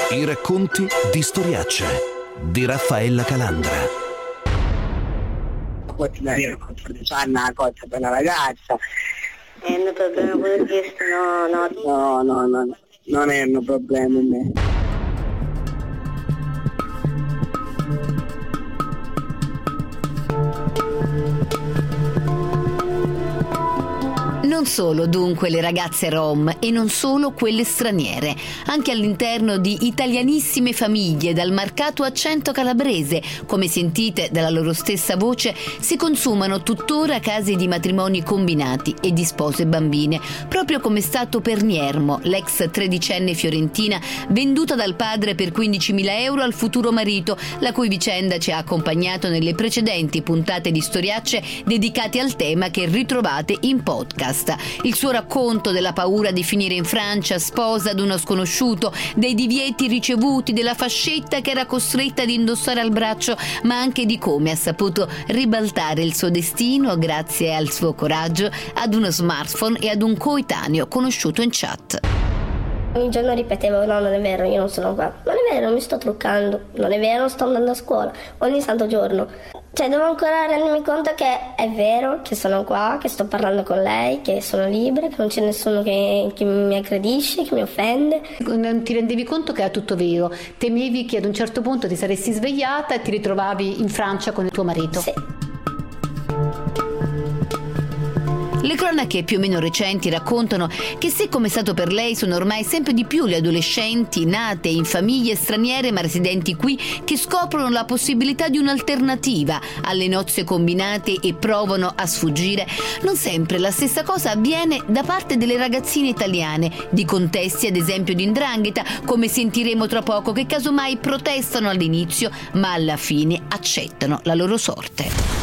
I racconti di Storiacce di Raffaella Calandra. Io ho 14 anni, una cotta per una ragazza. È un problema pure questo? No. No, non è un problema in me. Non solo dunque le ragazze rom e non solo quelle straniere, anche all'interno di italianissime famiglie dal marcato accento calabrese, come sentite dalla loro stessa voce, si consumano tuttora casi di matrimoni combinati e di spose bambine, proprio come è stato per Niermo, l'ex tredicenne fiorentina venduta dal padre per 15.000 euro al futuro marito, la cui vicenda ci ha accompagnato nelle precedenti puntate di Storiacce dedicate al tema che ritrovate in podcast. Il suo racconto della paura di finire in Francia sposa ad uno sconosciuto, dei divieti ricevuti, della fascetta che era costretta ad indossare al braccio, ma anche di come ha saputo ribaltare il suo destino grazie al suo coraggio, ad uno smartphone e ad un coetaneo conosciuto in chat. Ogni giorno ripetevo: no, non è vero, io non sono qua, non è vero, mi sto truccando, non è vero, sto andando a scuola ogni santo giorno. Cioè devo ancora rendermi conto che è vero, che sono qua, che sto parlando con lei, che sono libera, che non c'è nessuno che mi aggredisce, che mi offende. Non ti rendevi conto che era tutto vero? Temevi che ad un certo punto ti saresti svegliata e ti ritrovavi in Francia con il tuo marito? Sì. Le cronache più o meno recenti raccontano che se, come è stato per lei, sono ormai sempre di più le adolescenti nate in famiglie straniere ma residenti qui che scoprono la possibilità di un'alternativa alle nozze combinate e provano a sfuggire, non sempre la stessa cosa avviene da parte delle ragazzine italiane, di contesti ad esempio di 'ndrangheta, come sentiremo tra poco, che casomai protestano all'inizio ma alla fine accettano la loro sorte.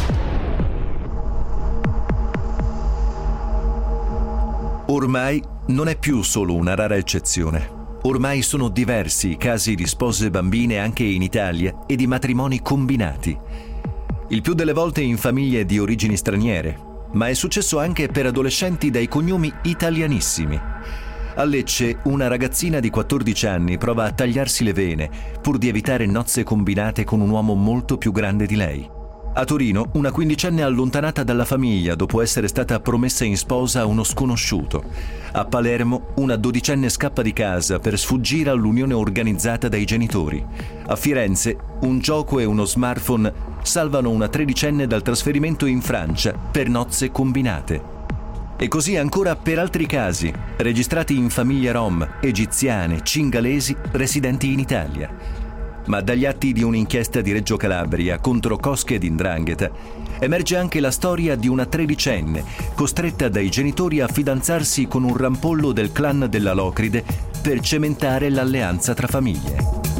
Ormai non è più solo una rara eccezione. Ormai sono diversi i casi di spose bambine anche in Italia e di matrimoni combinati. Il più delle volte in famiglie di origini straniere, ma è successo anche per adolescenti dai cognomi italianissimi. A Lecce una ragazzina di 14 anni prova a tagliarsi le vene pur di evitare nozze combinate con un uomo molto più grande di lei. A Torino una quindicenne allontanata dalla famiglia dopo essere stata promessa in sposa a uno sconosciuto. A Palermo una dodicenne scappa di casa per sfuggire all'unione organizzata dai genitori. A Firenze un gioco e uno smartphone salvano una tredicenne dal trasferimento in Francia per nozze combinate. E così ancora per altri casi, registrati in famiglie rom, egiziane, cingalesi, residenti in Italia. Ma dagli atti di un'inchiesta di Reggio Calabria contro cosche ed 'ndrangheta emerge anche la storia di una tredicenne costretta dai genitori a fidanzarsi con un rampollo del clan della Locride per cementare l'alleanza tra famiglie.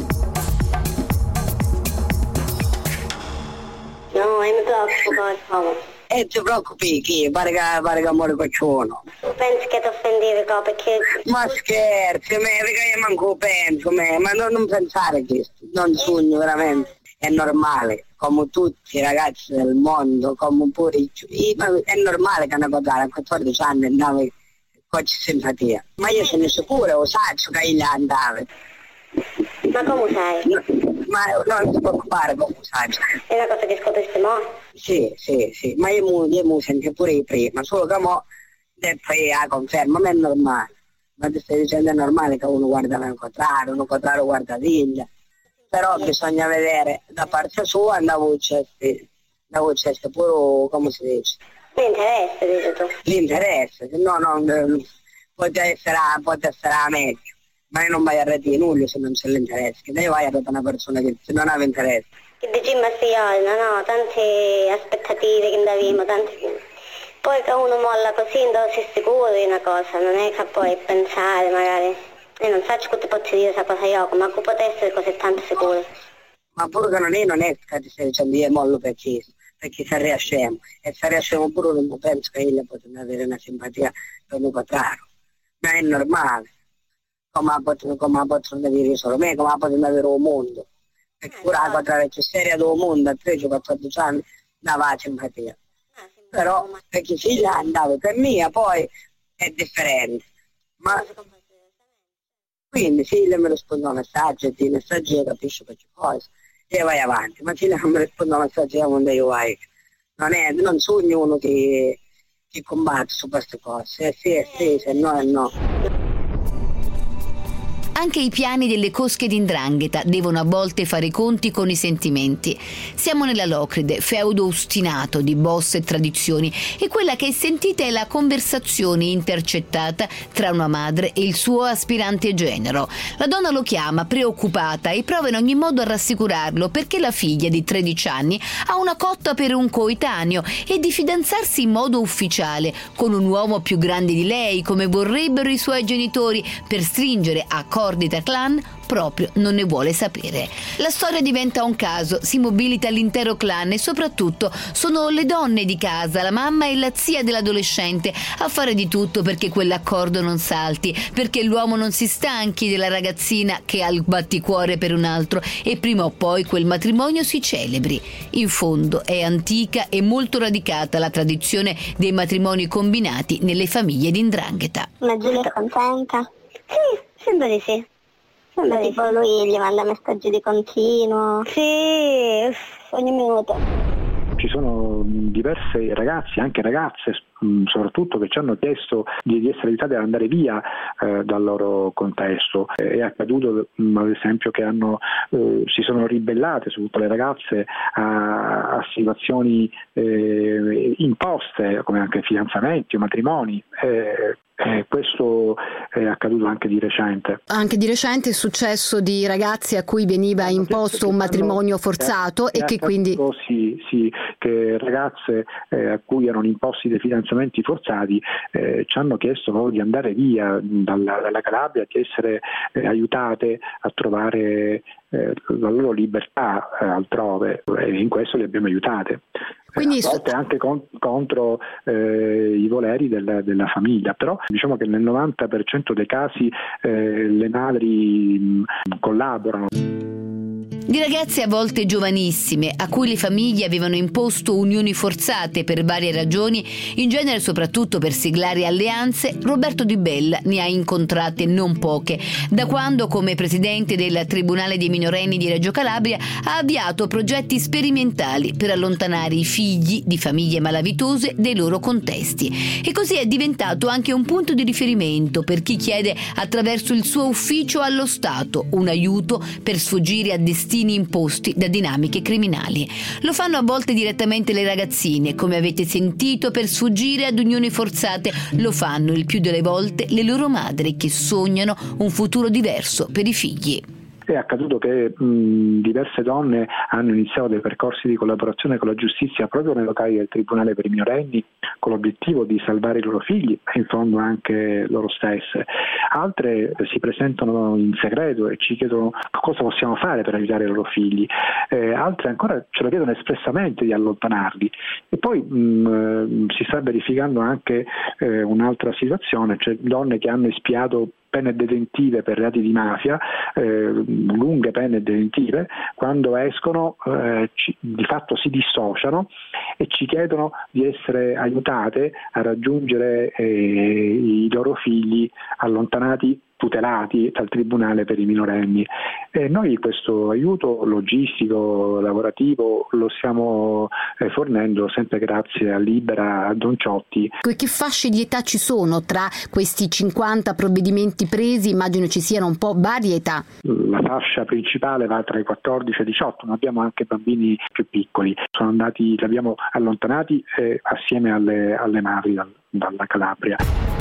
No, mi preoccupo. E ti preoccupi chi? Pare che muore qualcuno. Pensi che ti offendevi qua perché... Ma scherzi, perché io manco penso, ma non pensare che non sogno veramente. È normale, come tutti i ragazzi del mondo, come pure è normale che una cosa a 14 anni andava con simpatia. Ma io sono sicura, lo so che io andava. Ma come sai? Ma non ti preoccupare, come sai? È una cosa che scopriste mo'? Sì, ma io mi sento pure prima, solo che mo' poi la conferma, ma è normale. Ma ti stai dicendo è normale che uno guarda un contrario guarda l'India. Però bisogna vedere da parte sua la voce pure, come si dice? L'interesse, dici tu? L'interesse, può essere meglio. Ma io non vai a redire nulla se non c'è l'interesse, che devi vai a redire una persona che non ha interesse. Che dici ma no, tante aspettative che avevamo, poi che uno molla così non si è sicuro di una cosa, non è che puoi pensare magari, io non so che ti posso dire questa cosa io, ma che può essere così tanto sicuro. Ma pure che non è che ti stai dicendo io mollo perché se riesciamo, e se riesciamo pure non penso che io possa avere una simpatia per un contrario, ma è normale. Come possono dire solo me, come possono avere un mondo. Perché pure la cosa vecchia seria del mondo a 13-14 anni dava simpatia. Però perché figlia andava per mia, poi è differente. Ma Quindi se lei mi risponde a un messaggio, e ti messaggi capisci che c'è cosa, e vai avanti, ma se lei non mi risponde a un messaggio, quando io vai, non sogno uno che combatte su queste cose, se se no è no. Anche i piani delle cosche di 'ndrangheta devono a volte fare i conti con i sentimenti. Siamo nella Locride, feudo ostinato di boss e tradizioni, e quella che sentite è la conversazione intercettata tra una madre e il suo aspirante genero. La donna lo chiama preoccupata e prova in ogni modo a rassicurarlo, perché la figlia di 13 anni ha una cotta per un coetaneo e di fidanzarsi in modo ufficiale con un uomo più grande di lei, come vorrebbero i suoi genitori, per stringere accordi tra clan, proprio non ne vuole sapere. La storia diventa un caso, si mobilita l'intero clan e soprattutto sono le donne di casa, la mamma e la zia dell'adolescente, a fare di tutto perché quell'accordo non salti, perché l'uomo non si stanchi della ragazzina che ha il batticuore per un altro e prima o poi quel matrimonio si celebri. In fondo è antica e molto radicata la tradizione dei matrimoni combinati nelle famiglie di 'ndrangheta. Ma Giulia è contenta? Sì, sembra di sì. Sembra tipo lui gli manda messaggi di continuo. Sì, ogni minuto. Ci sono diversi ragazzi, anche ragazze soprattutto, che ci hanno chiesto di essere aiutati ad andare via dal loro contesto. È accaduto ad esempio che si sono ribellate, soprattutto le ragazze, a situazioni imposte, come anche fidanzamenti o matrimoni. Questo è accaduto anche di recente. Anche di recente è successo di ragazzi a cui veniva imposto un matrimonio forzato e che quindi... Sì, che ragazze a cui erano imposti dei fidanzamenti forzati ci hanno chiesto proprio di andare via dalla Calabria, di essere aiutate a trovare la loro libertà altrove, e in questo le abbiamo aiutate. Quindi a volte anche contro i voleri della famiglia, però diciamo che nel 90% dei casi le madri collaborano. Di ragazze a volte giovanissime, a cui le famiglie avevano imposto unioni forzate per varie ragioni, in genere soprattutto per siglare alleanze, Roberto Di Bella ne ha incontrate non poche, da quando come presidente del Tribunale dei minorenni di Reggio Calabria ha avviato progetti sperimentali per allontanare i figli di famiglie malavitose dai loro contesti. E così è diventato anche un punto di riferimento per chi chiede attraverso il suo ufficio allo Stato un aiuto per sfuggire a destini imposti da dinamiche criminali. Lo fanno a volte direttamente le ragazzine, come avete sentito, per sfuggire ad unioni forzate. Lo fanno il più delle volte le loro madri, che sognano un futuro diverso per i figli. È accaduto che diverse donne hanno iniziato dei percorsi di collaborazione con la giustizia proprio nei locali del Tribunale per i minorenni, con l'obiettivo di salvare i loro figli e in fondo anche loro stesse. Altre si presentano in segreto e ci chiedono cosa possiamo fare per aiutare i loro figli. Altre ancora ce lo chiedono espressamente di allontanarli. E poi si sta verificando anche un'altra situazione, cioè donne che hanno espiato pene detentive per reati di mafia, lunghe pene detentive, quando escono di fatto si dissociano e ci chiedono di essere aiutate a raggiungere i loro figli allontanati, tutelati dal Tribunale per i minorenni. E noi questo aiuto logistico, lavorativo lo stiamo fornendo sempre grazie a Libera, a Don Ciotti. Che fasce di età ci sono tra questi 50 provvedimenti presi? Immagino ci siano un po' varie età. La fascia principale va tra i 14 e i 18, ma abbiamo anche bambini più piccoli. Li abbiamo allontanati assieme alle madri dalla Calabria.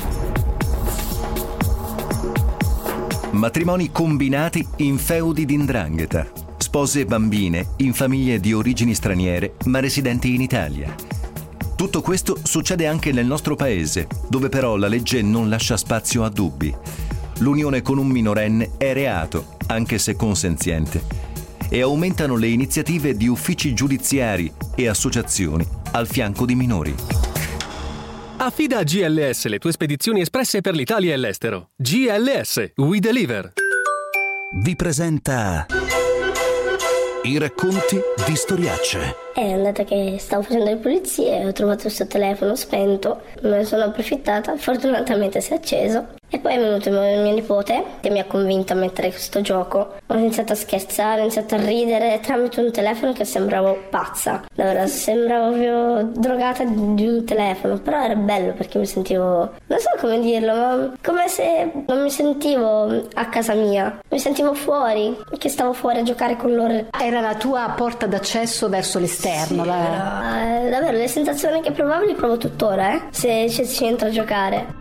Matrimoni combinati in feudi di 'ndrangheta. Spose e bambine in famiglie di origini straniere ma residenti in Italia. Tutto questo succede anche nel nostro paese, dove però la legge non lascia spazio a dubbi. L'unione con un minorenne è reato, anche se consenziente. E aumentano le iniziative di uffici giudiziari e associazioni al fianco di minori. Affida a GLS le tue spedizioni espresse per l'Italia e l'estero. GLS, We Deliver. Vi presenta i racconti di Storiacce. È andata che stavo facendo le pulizie e ho trovato il suo telefono spento, me ne sono approfittata, fortunatamente si è acceso. E poi è venuto mio nipote che mi ha convinto a mettere questo gioco. Ho iniziato a scherzare, ho iniziato a ridere tramite un telefono che sembravo pazza. Davvero, sembravo proprio drogata di un telefono, però era bello perché mi sentivo, non so come dirlo, ma come se non mi sentivo a casa mia, mi sentivo fuori, che stavo fuori a giocare con loro. Era la tua porta d'accesso verso l'esterno. Sì, davvero, le sensazioni che provavo le provo tuttora, se ci entro a giocare.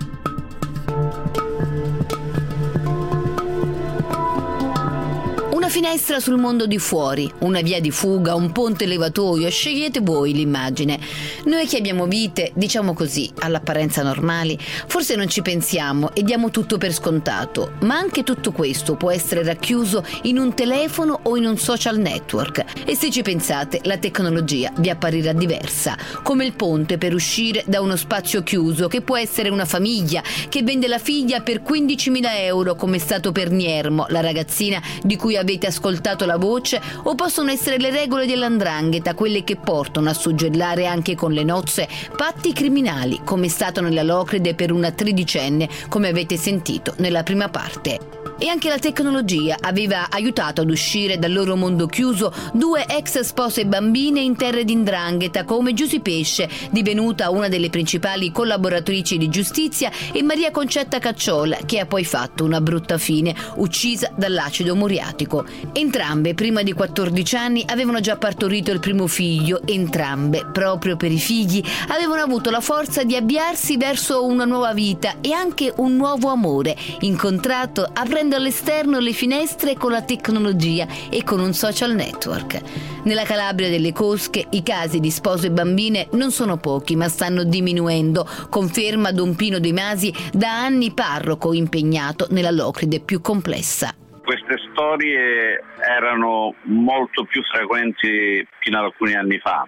Una finestra sul mondo di fuori, una via di fuga, un ponte levatoio, scegliete voi l'immagine. Noi che abbiamo vite, diciamo così, all'apparenza normali, forse non ci pensiamo e diamo tutto per scontato, ma anche tutto questo può essere racchiuso in un telefono o in un social network. E se ci pensate, la tecnologia vi apparirà diversa, come il ponte per uscire da uno spazio chiuso, che può essere una famiglia che vende la figlia per 15.000 euro, come è stato per Niermo, la ragazzina di cui avete ascoltato la voce, o possono essere le regole dell''ndrangheta, quelle che portano a suggellare anche con le nozze patti criminali, come è stato nella Locride per una 13enne, come avete sentito nella prima parte. E anche la tecnologia aveva aiutato ad uscire dal loro mondo chiuso due ex spose bambine in terre di 'ndrangheta, come Giusy Pesce, divenuta una delle principali collaboratrici di giustizia, e Maria Concetta Cacciola, che ha poi fatto una brutta fine, uccisa dall'acido muriatico. Entrambe, prima di 14 anni, avevano già partorito il primo figlio. Entrambe, proprio per i figli, avevano avuto la forza di avviarsi verso una nuova vita e anche un nuovo amore, incontrato aprendo all'esterno le finestre con la tecnologia e con un social network. Nella Calabria delle Cosche i casi di spose bambine non sono pochi, ma stanno diminuendo, conferma Don Pino De Masi, da anni parroco impegnato nella Locride più complessa. Queste storie erano molto più frequenti fino ad alcuni anni fa.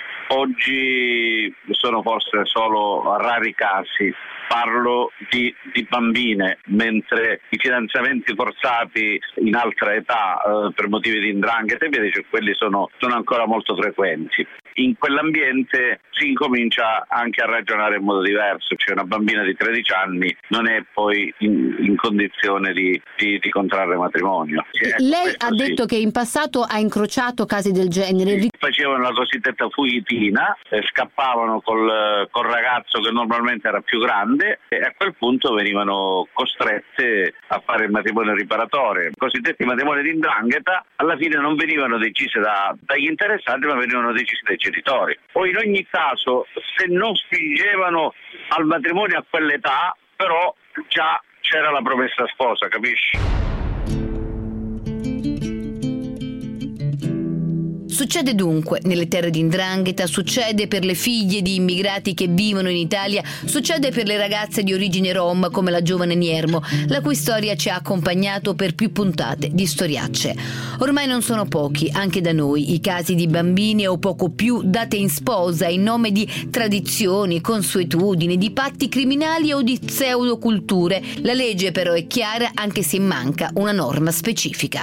Oggi sono forse solo rari casi. Parlo di bambine, mentre i fidanzamenti forzati in altra età per motivi di 'ndrangheta e via dicendo, quelli sono ancora molto frequenti. In quell'ambiente si incomincia anche a ragionare in modo diverso, cioè una bambina di 13 anni non è poi in condizione di contrarre matrimonio. Lei ha detto che in passato ha incrociato casi del genere. Facevano la cosiddetta fuitina, scappavano col ragazzo che normalmente era più grande, e a quel punto venivano costrette a fare il matrimonio riparatore. I cosiddetti matrimoni di 'ndrangheta alla fine non venivano decisi dagli interessati, ma venivano decisi dai genitori. Poi in ogni caso, se non spingevano al matrimonio a quell'età, però già c'era la promessa sposa, capisci? Succede dunque nelle terre di 'ndrangheta, succede per le figlie di immigrati che vivono in Italia, succede per le ragazze di origine rom come la giovane Niermo, la cui storia ci ha accompagnato per più puntate di Storiacce. Ormai non sono pochi, anche da noi, i casi di bambine o poco più date in sposa in nome di tradizioni, consuetudini, di patti criminali o di pseudoculture. La legge però è chiara, anche se manca una norma specifica.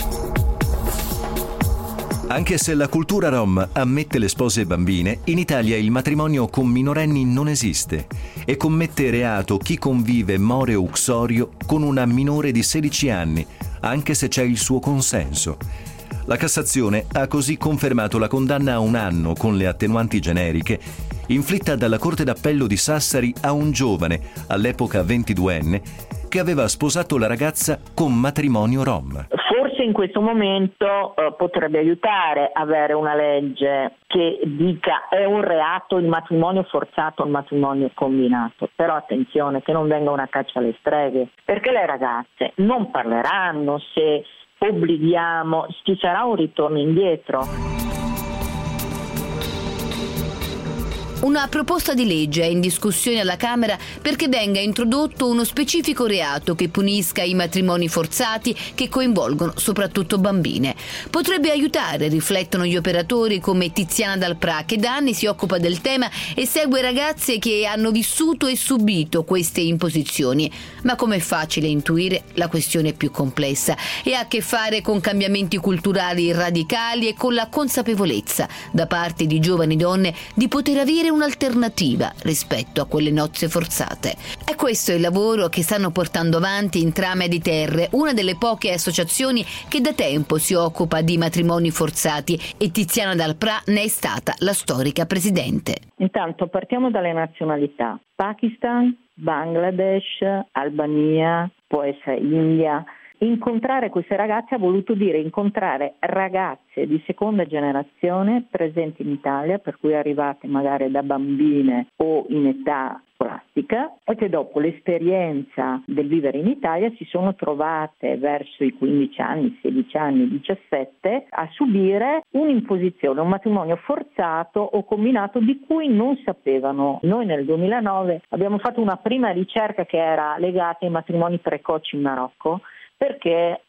Anche se la cultura rom ammette le spose bambine, in Italia il matrimonio con minorenni non esiste e commette reato chi convive more uxorio con una minore di 16 anni, anche se c'è il suo consenso. La Cassazione ha così confermato la condanna a 1 anno con le attenuanti generiche inflitta dalla Corte d'Appello di Sassari a un giovane, all'epoca 22enne, che aveva sposato la ragazza con matrimonio rom. Forse in questo momento potrebbe aiutare avere una legge che dica è un reato il matrimonio forzato o il matrimonio combinato, però attenzione che non venga una caccia alle streghe, perché le ragazze non parleranno se obblighiamo, ci sarà un ritorno indietro. Una proposta di legge è in discussione alla Camera perché venga introdotto uno specifico reato che punisca i matrimoni forzati che coinvolgono soprattutto bambine. Potrebbe aiutare, riflettono gli operatori come Tiziana Dalprà, che da anni si occupa del tema e segue ragazze che hanno vissuto e subito queste imposizioni. Ma come è facile intuire, la questione è più complessa e ha a che fare con cambiamenti culturali radicali e con la consapevolezza da parte di giovani donne di poter avere un'alternativa rispetto a quelle nozze forzate. E questo è il lavoro che stanno portando avanti in Trame di Terre, una delle poche associazioni che da tempo si occupa di matrimoni forzati, e Tiziana Dalprà ne è stata la storica presidente. Intanto partiamo dalle nazionalità: Pakistan, Bangladesh, Albania, può essere India. Incontrare queste ragazze ha voluto dire incontrare ragazze di seconda generazione presenti in Italia, per cui arrivate magari da bambine o in età scolastica, e che dopo l'esperienza del vivere in Italia si sono trovate verso i 15 anni, 16 anni, 17 a subire un'imposizione, un matrimonio forzato o combinato di cui non sapevano. Noi nel 2009 abbiamo fatto una prima ricerca che era legata ai matrimoni precoci in Marocco, perché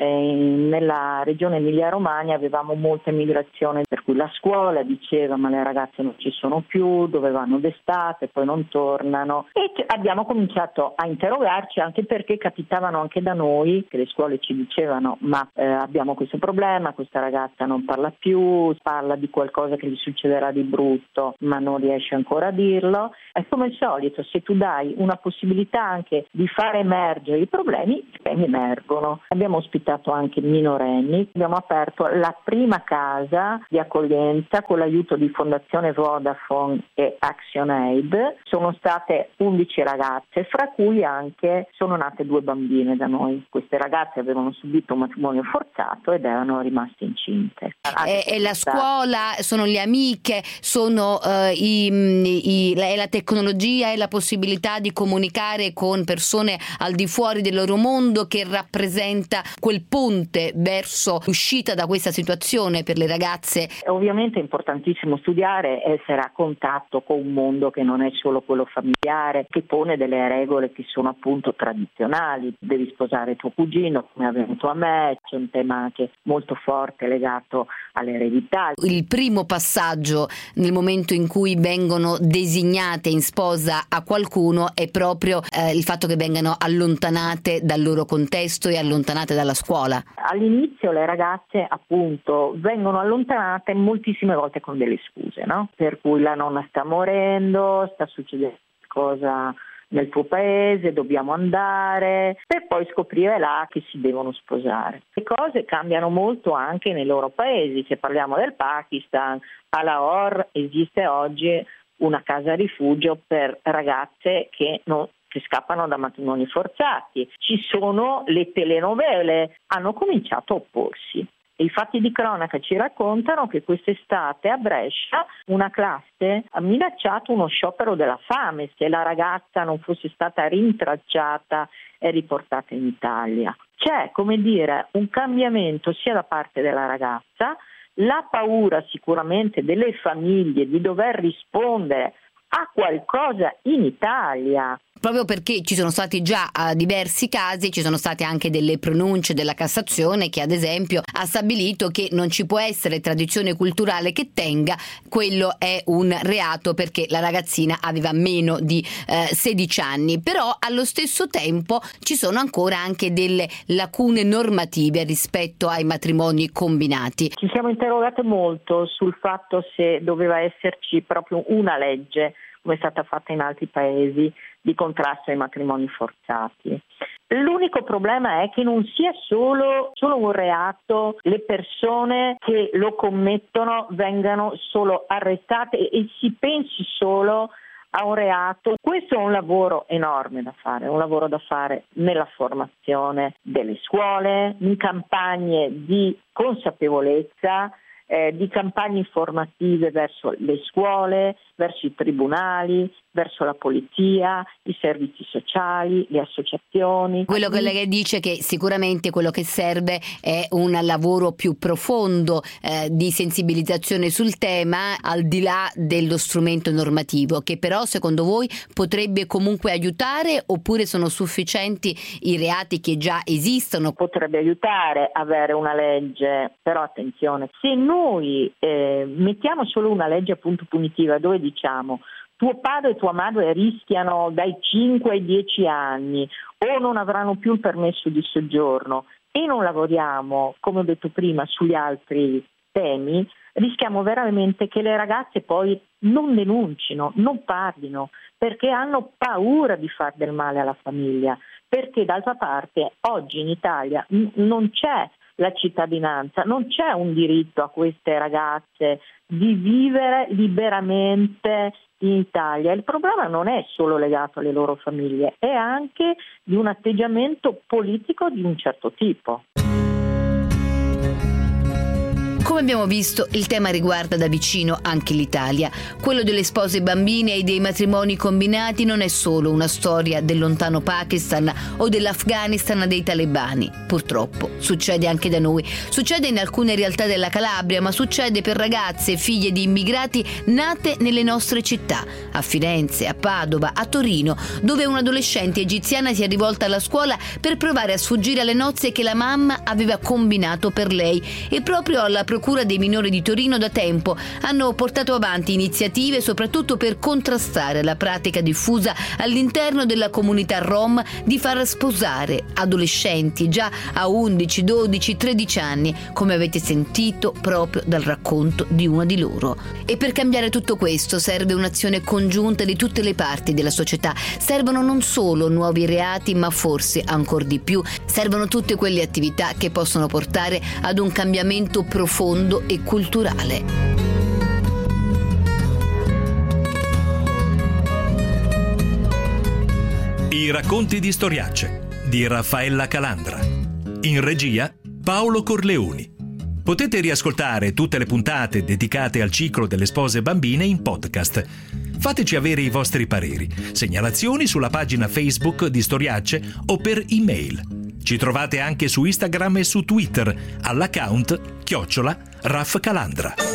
nella regione Emilia-Romagna avevamo molta migrazione, per cui la scuola diceva ma le ragazze non ci sono più, dove vanno d'estate, poi non tornano, e abbiamo cominciato a interrogarci, anche perché capitavano anche da noi che le scuole ci dicevano ma abbiamo questo problema, questa ragazza non parla più, parla di qualcosa che gli succederà di brutto ma non riesce ancora a dirlo. È come al solito, se tu dai una possibilità anche di fare emergere i problemi emergono. Abbiamo ospitato anche minorenni, abbiamo aperto la prima casa di accoglienza con l'aiuto di Fondazione Vodafone e ActionAid. Sono state 11 ragazze, fra cui anche sono nate 2 bambine da noi. Queste ragazze avevano subito un matrimonio forzato ed erano rimaste incinte. È la scuola, sono le amiche, sono la tecnologia e la possibilità di comunicare con persone al di fuori del loro mondo che rappresenta quel ponte verso l'uscita da questa situazione per le ragazze. Ovviamente è importantissimo studiare, essere a contatto con un mondo che non è solo quello familiare, che pone delle regole che sono appunto tradizionali. Devi sposare tuo cugino, come è avvenuto a me, c'è un tema anche molto forte legato all'eredità. Il primo passaggio nel momento in cui vengono designate in sposa a qualcuno è proprio il fatto che vengano allontanate dal loro contesto e allontanate dalla scuola. All'inizio le ragazze appunto vengono allontanate moltissime volte con delle scuse, no? Per cui la nonna sta morendo, sta succedendo qualcosa nel tuo paese, dobbiamo andare, per poi scoprire là che si devono sposare. Le cose cambiano molto anche nei loro paesi. Se parliamo del Pakistan, a Lahore esiste oggi una casa rifugio per ragazze che scappano da matrimoni forzati. Ci sono le telenovele, hanno cominciato a opporsi. I fatti di cronaca ci raccontano che quest'estate a Brescia una classe ha minacciato uno sciopero della fame se la ragazza non fosse stata rintracciata e riportata in Italia. C'è, come dire, un cambiamento sia da parte della ragazza, la paura sicuramente delle famiglie di dover rispondere a qualcosa in Italia. Proprio perché ci sono stati già diversi casi, ci sono state anche delle pronunce della Cassazione che ad esempio ha stabilito che non ci può essere tradizione culturale che tenga, quello è un reato perché la ragazzina aveva meno di 16 anni, però allo stesso tempo ci sono ancora anche delle lacune normative rispetto ai matrimoni combinati. Ci siamo interrogate molto sul fatto se doveva esserci proprio una legge, come è stata fatta in altri paesi, di contrasto ai matrimoni forzati. L'unico problema è che non sia solo un reato, le persone che lo commettono vengano solo arrestate e si pensi solo a un reato. Questo è un lavoro enorme da fare, un lavoro da fare nella formazione delle scuole, in campagne di consapevolezza. di campagne informative verso le scuole, verso i tribunali, verso la polizia, i servizi sociali, le associazioni. Quello che lei dice che sicuramente quello che serve è un lavoro più profondo di sensibilizzazione sul tema, al di là dello strumento normativo, che però secondo voi potrebbe comunque aiutare, oppure sono sufficienti i reati che già esistono? Potrebbe aiutare avere una legge, però attenzione, se noi mettiamo solo una legge appunto punitiva dove diciamo tuo padre e tua madre rischiano dai 5 ai 10 anni o non avranno più il permesso di soggiorno e non lavoriamo, come ho detto prima, sugli altri temi, rischiamo veramente che le ragazze poi non denuncino, non parlino, perché hanno paura di far del male alla famiglia, perché d'altra parte oggi in Italia non c'è la cittadinanza, non c'è un diritto a queste ragazze di vivere liberamente in Italia. Il problema non è solo legato alle loro famiglie, è anche di un atteggiamento politico di un certo tipo. Come abbiamo visto, il tema riguarda da vicino anche l'Italia. Quello delle spose bambine e dei matrimoni combinati non è solo una storia del lontano Pakistan o dell'Afghanistan dei talebani. Purtroppo succede anche da noi. Succede in alcune realtà della Calabria, ma succede per ragazze figlie di immigrati nate nelle nostre città, a Firenze, a Padova, a Torino, dove un'adolescente egiziana si è rivolta alla scuola per provare a sfuggire alle nozze che la mamma aveva combinato per lei, e proprio alla Procura dei minori di Torino da tempo hanno portato avanti iniziative soprattutto per contrastare la pratica diffusa all'interno della comunità rom di far sposare adolescenti già a 11, 12, 13 anni, come avete sentito proprio dal racconto di una di loro. E per cambiare tutto questo serve un'azione congiunta di tutte le parti della società. Servono non solo nuovi reati, ma forse ancor di più servono tutte quelle attività che possono portare ad un cambiamento profondo e culturale. I racconti di storiacce di Raffaella Calandra. In regia Paolo Corleoni. Potete riascoltare tutte le puntate dedicate al ciclo delle spose bambine in podcast. Fateci avere i vostri pareri, segnalazioni sulla pagina Facebook di Storiacce o per email. Ci trovate anche su Instagram e su Twitter all'account @Raff Calandra.